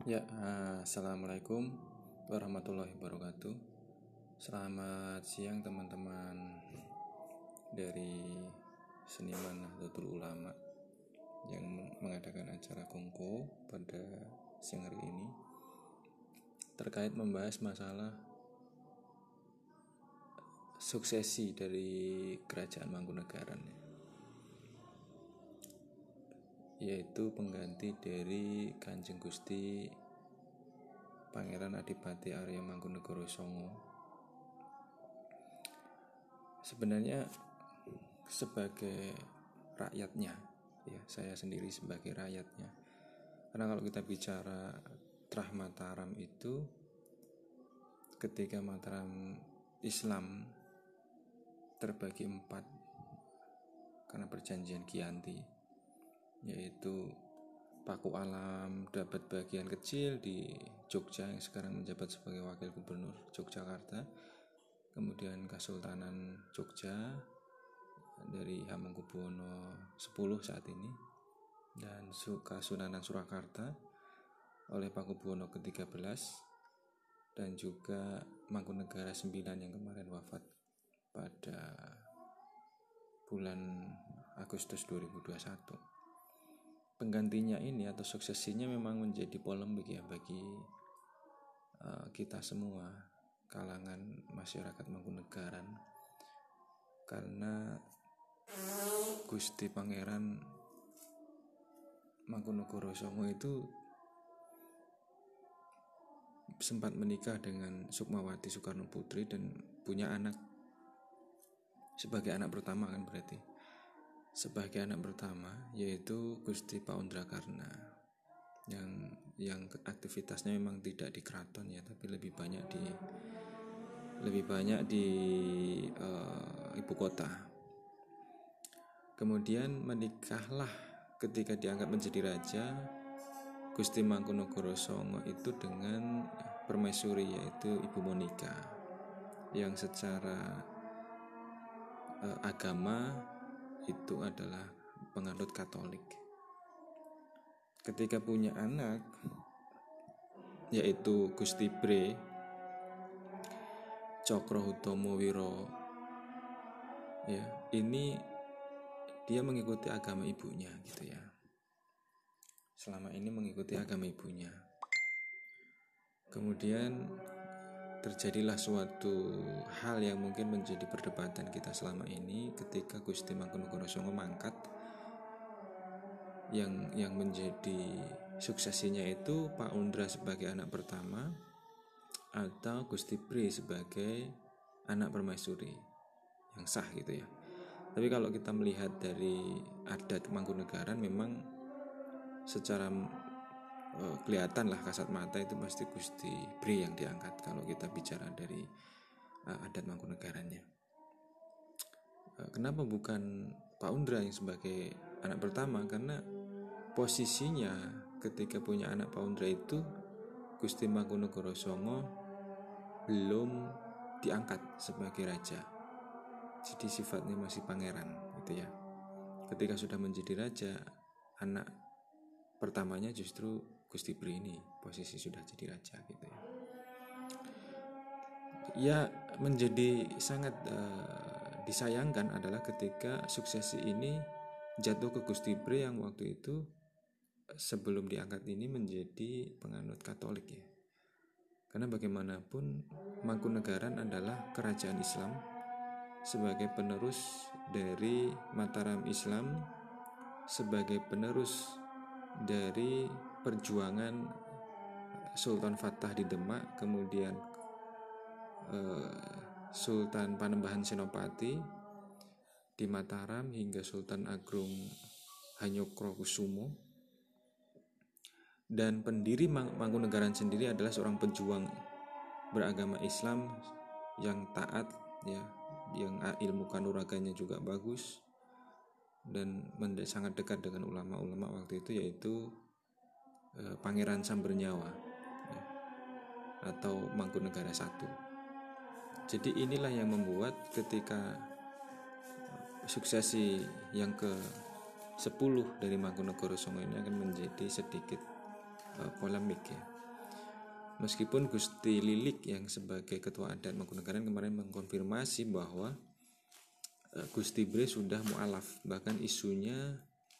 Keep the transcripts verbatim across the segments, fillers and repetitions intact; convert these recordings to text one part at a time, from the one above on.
Ya, uh, Assalamualaikum warahmatullahi wabarakatuh. Selamat siang teman-teman dari Seniman Nahdlatul Ulama yang mengadakan acara kongko pada siang hari ini terkait membahas masalah suksesi dari Kerajaan Mangkunegaran, yaitu pengganti dari Kanjeng Gusti Pangeran Adipati Arya Mangkunegoro Songo. Sebenarnya sebagai rakyatnya, ya saya sendiri sebagai rakyatnya, karena kalau kita bicara Trah Mataram itu ketika Mataram Islam terbagi empat karena perjanjian Giyanti, yaitu Paku Alam dapat bagian kecil di Jogja yang sekarang menjabat sebagai Wakil Gubernur Yogyakarta, kemudian Kesultanan Jogja dari Hamengkubuwono sepuluh saat ini, dan Kesultanan Surakarta oleh Pakubuwono ke tiga belas, dan juga Mangkunegara sembilan yang kemarin wafat pada bulan Agustus dua ribu dua puluh satu. Penggantinya ini atau suksesinya memang menjadi polemik ya bagi uh, kita semua kalangan masyarakat Mangkunegaran, karena Gusti Pangeran Mangkunegoro Songo itu sempat menikah dengan Sukmawati Soekarno Putri dan punya anak sebagai anak pertama, kan berarti sebagai anak pertama, yaitu Gusti Paundrakarna yang yang aktivitasnya memang tidak di keraton ya, tapi lebih banyak di lebih banyak di uh, ibu kota. Kemudian menikahlah ketika diangkat menjadi raja Gusti Mangkunegoro Songo itu dengan permaisuri, yaitu Ibu Monika, yang secara uh, agama itu adalah penganut Katolik. Ketika punya anak yaitu Gusti Bre Cokrohutomo Wiro, ya, ini dia mengikuti agama ibunya gitu ya. Selama ini mengikuti agama ibunya. Kemudian terjadilah suatu hal yang mungkin menjadi perdebatan kita selama ini ketika Gusti Mangkunegoro Songo mangkat, yang yang menjadi suksesinya itu Pak Undra sebagai anak pertama atau Gusti Bre sebagai anak permaisuri yang sah gitu ya. Tapi kalau kita melihat dari adat Mangkunegaran, memang secara uh, kelihatan lah kasat mata itu pasti Gusti Bre yang diangkat kalau kita bicara dari uh, adat Mangkunegarannya. Uh, kenapa bukan Pak Undra yang sebagai anak pertama? Karena posisinya ketika punya anak Pak Undra itu Gusti Mangkunegoro Songo belum diangkat sebagai raja, jadi sifatnya masih pangeran gitu ya. Ketika sudah menjadi raja, anak pertamanya justru Gusti Bre ini posisi sudah jadi raja gitu ya. Ya, menjadi sangat uh, disayangkan adalah ketika suksesi ini jatuh ke Gusti Bre yang waktu itu sebelum diangkat ini menjadi penganut Katolik ya. Karena bagaimanapun Mangkunegaran adalah kerajaan Islam sebagai penerus dari Mataram Islam, sebagai penerus dari perjuangan Sultan Fatah di Demak, kemudian eh, Sultan Panembahan Senopati di Mataram, hingga Sultan Agung Hanyokrokusumo. Dan pendiri Mangkunegaran sendiri adalah seorang pejuang beragama Islam yang taat ya, yang ilmu kanuraganya juga bagus dan sangat dekat dengan ulama-ulama waktu itu, yaitu eh, Pangeran Sambernyawa ya, atau Mangkunegara satu. Jadi inilah yang membuat ketika suksesi yang ke sepuluh dari Mangkunegoro Songo ini akan menjadi sedikit uh, polemik ya. Meskipun Gusti Lilik yang sebagai ketua adat Mangkunegaran kemarin mengkonfirmasi bahwa uh, Gusti Bre sudah mu'alaf, bahkan isunya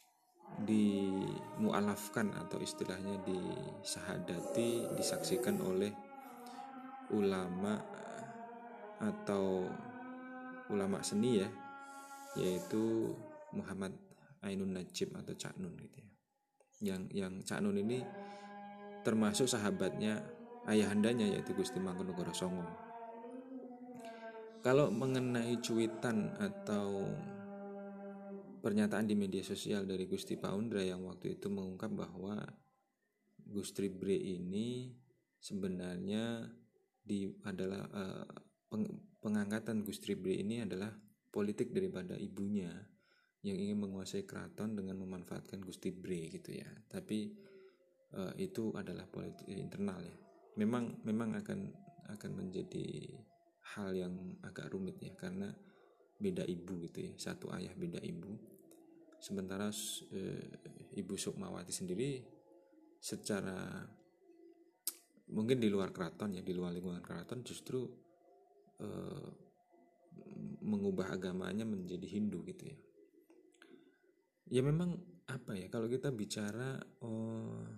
dimu'alafkan atau istilahnya disahadati, disaksikan oleh ulama atau ulama seni ya, yaitu Muhammad Ainun Najib atau Cak Nun gitu ya. Yang yang Cak Nun ini termasuk sahabatnya ayahandanya yaitu Gusti Mangkunegara Songo. Kalau mengenai cuitan atau pernyataan di media sosial dari Gusti Paundra yang waktu itu mengungkap bahwa Gusti Bre ini sebenarnya di adalah uh, peng, pengangkatan Gusti Bre ini adalah politik daripada ibunya yang ingin menguasai keraton dengan memanfaatkan Gusti Bre gitu ya. Tapi uh, itu adalah politik internal ya. Memang memang akan akan menjadi hal yang agak rumit ya, karena beda ibu gitu ya, satu ayah beda ibu. Sementara uh, Ibu Sukmawati sendiri secara mungkin di luar keraton ya, di luar lingkungan keraton justru uh, mengubah agamanya menjadi Hindu gitu ya. Ya memang apa ya, kalau kita bicara oh,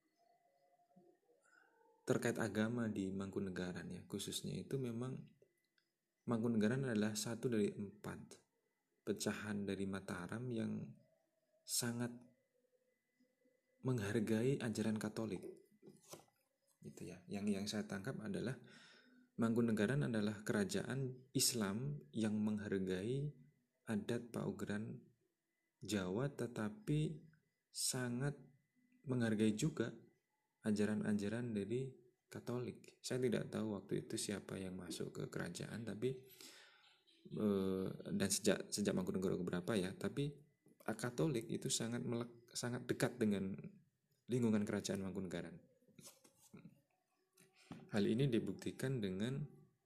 terkait agama di Mangkunegaran ya khususnya, itu memang Mangkunegaran adalah satu dari empat pecahan dari Mataram yang sangat menghargai ajaran Katolik gitu ya. Yang yang saya tangkap adalah Mangkunegaran adalah kerajaan Islam yang menghargai adat paugeran Jawa, tetapi sangat menghargai juga ajaran-ajaran dari Katolik. Saya tidak tahu waktu itu siapa yang masuk ke kerajaan, tapi eh, dan sejak sejak Mangkunegara keberapa ya, tapi Katolik itu sangat melek, sangat dekat dengan lingkungan kerajaan Mangkunegaran. Hal ini dibuktikan dengan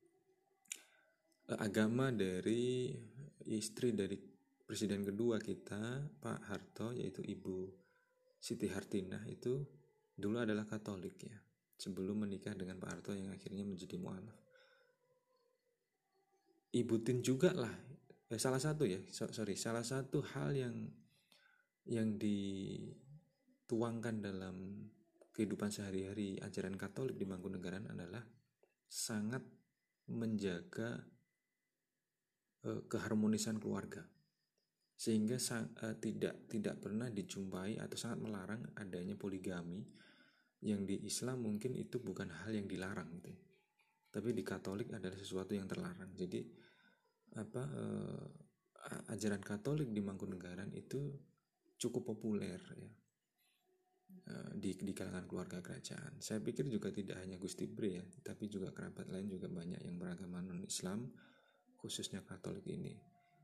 eh, agama dari istri dari Presiden kedua kita, Pak Harto, yaitu Ibu Siti Hartinah, itu dulu adalah Katolik ya, sebelum menikah dengan Pak Harto yang akhirnya menjadi mu'alaf. Ibu Tin juga lah, eh, salah satu ya, so, sorry, salah satu hal yang yang dituangkan dalam kehidupan sehari-hari ajaran Katolik di Mangkunegaran adalah sangat menjaga eh, keharmonisan keluarga, sehingga sang, uh, tidak tidak pernah dijumpai atau sangat melarang adanya poligami, yang di Islam mungkin itu bukan hal yang dilarang gitu, tapi di Katolik adalah sesuatu yang terlarang. Jadi apa uh, ajaran Katolik di Mangkunegaran itu cukup populer ya uh, di di kalangan keluarga kerajaan. Saya pikir juga tidak hanya Gusti Bre ya, tapi juga kerabat lain juga banyak yang beragama non-Islam, khususnya Katolik ini.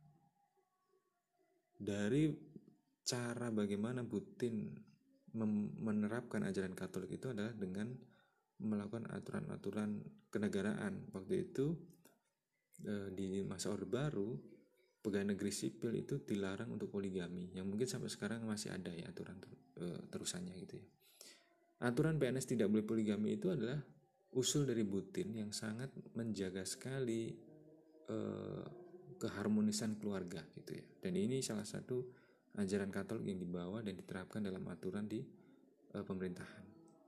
Dari cara bagaimana Butin mem- menerapkan ajaran Katolik itu adalah dengan melakukan aturan-aturan kenegaraan. Waktu itu e, di masa Orde Baru, pegawai negeri sipil itu dilarang untuk poligami, yang mungkin sampai sekarang masih ada ya aturan e, terusannya gitu ya. Aturan P N S tidak boleh poligami itu adalah usul dari Butin yang sangat menjaga sekali e, keharmonisan keluarga gitu ya. Dan ini salah satu ajaran Katolik yang dibawa dan diterapkan dalam aturan di e, pemerintahan.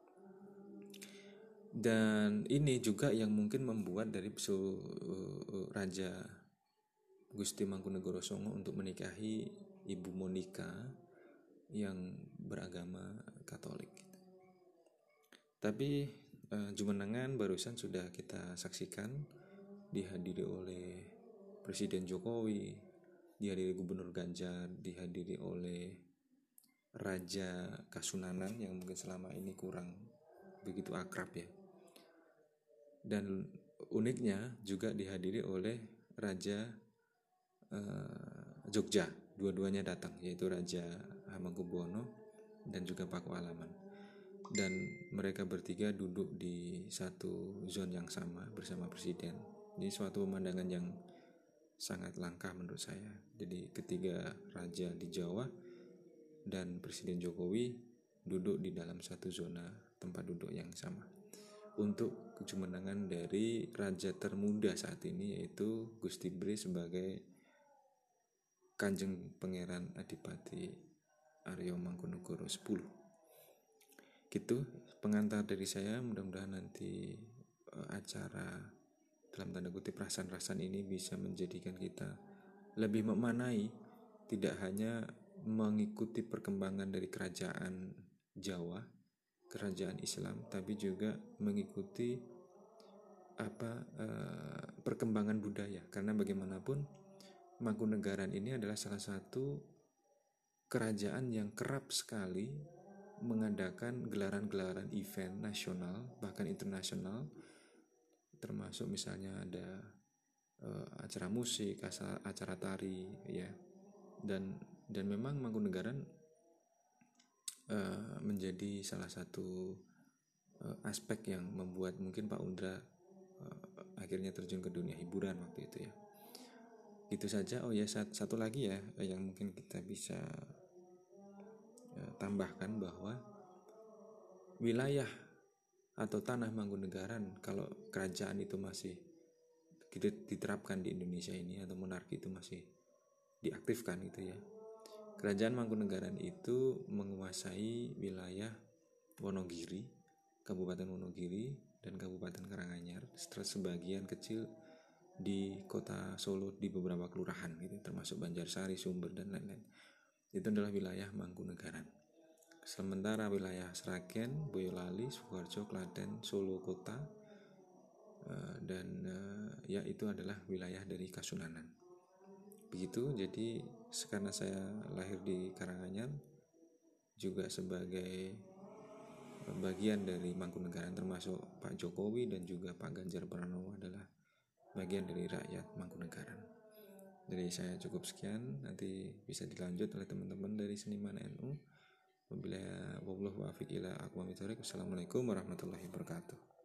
Dan ini juga yang mungkin membuat dari uh, uh, Raja Gusti Mangkunegara Songo untuk menikahi Ibu Monika yang beragama Katolik. Tapi uh, Jumenengan barusan sudah kita saksikan dihadiri oleh Presiden Jokowi, dihadiri Gubernur Ganjar, dihadiri oleh Raja Kasunanan yang mungkin selama ini kurang begitu akrab ya. Dan uniknya juga dihadiri oleh Raja uh, Jogja, dua-duanya datang, yaitu Raja Hamengkubuwono dan juga Pakualaman. Dan mereka bertiga duduk di satu zone yang sama bersama Presiden. Ini suatu pemandangan yang sangat langka menurut saya. Jadi ketiga raja di Jawa dan Presiden Jokowi duduk di dalam satu zona tempat duduk yang sama. untuk kejumenangan dari raja termuda saat ini, yaitu Gusti Bre sebagai Kanjeng Pangeran Adipati Aryo Mangkunegoro sepuluh. Gitu pengantar dari saya. Mudah-mudahan nanti uh, acara dalam tanda kutip rasan-rasan ini bisa menjadikan kita lebih memanai, tidak hanya mengikuti perkembangan dari kerajaan Jawa, kerajaan Islam, tapi juga mengikuti apa uh, perkembangan budaya. Karena bagaimanapun Mangkunegaran ini adalah salah satu kerajaan yang kerap sekali mengadakan gelaran-gelaran event nasional bahkan internasional, termasuk misalnya ada uh, acara musik, acara tari ya. Dan dan memang Mangkunegaran uh, menjadi salah satu uh, aspek yang membuat mungkin Pak Undra uh, akhirnya terjun ke dunia hiburan waktu itu ya. Gitu saja. Oh ya, satu lagi ya yang mungkin kita bisa tambahkan, bahwa wilayah atau tanah Mangkunegaran, kalau kerajaan itu masih diterapkan di Indonesia ini atau monarki itu masih diaktifkan gitu ya, kerajaan Mangkunegaran itu menguasai wilayah Wonogiri, Kabupaten Wonogiri dan Kabupaten Karanganyar, setelah sebagian kecil di kota Solo di beberapa kelurahan gitu, termasuk Banjarsari, Sumber dan lain-lain. Itu adalah wilayah Mangkunegaran. Sementara wilayah Sragen, Boyolali, Sukoharjo, Klaten, Solo kota uh, dan uh, ya itu adalah wilayah dari Kasunanan. Begitu. Jadi karena saya lahir di Karanganyar, juga sebagai bagian dari Mangkunegaran, termasuk Pak Jokowi dan juga Pak Ganjar Pranowo adalah bagian dari rakyat Mangkunegaran. Dari saya cukup sekian, nanti bisa dilanjut oleh teman-teman dari Seniman N U. Wabillahi taufiq wal hidayah. Assalamualaikum warahmatullahi wabarakatuh.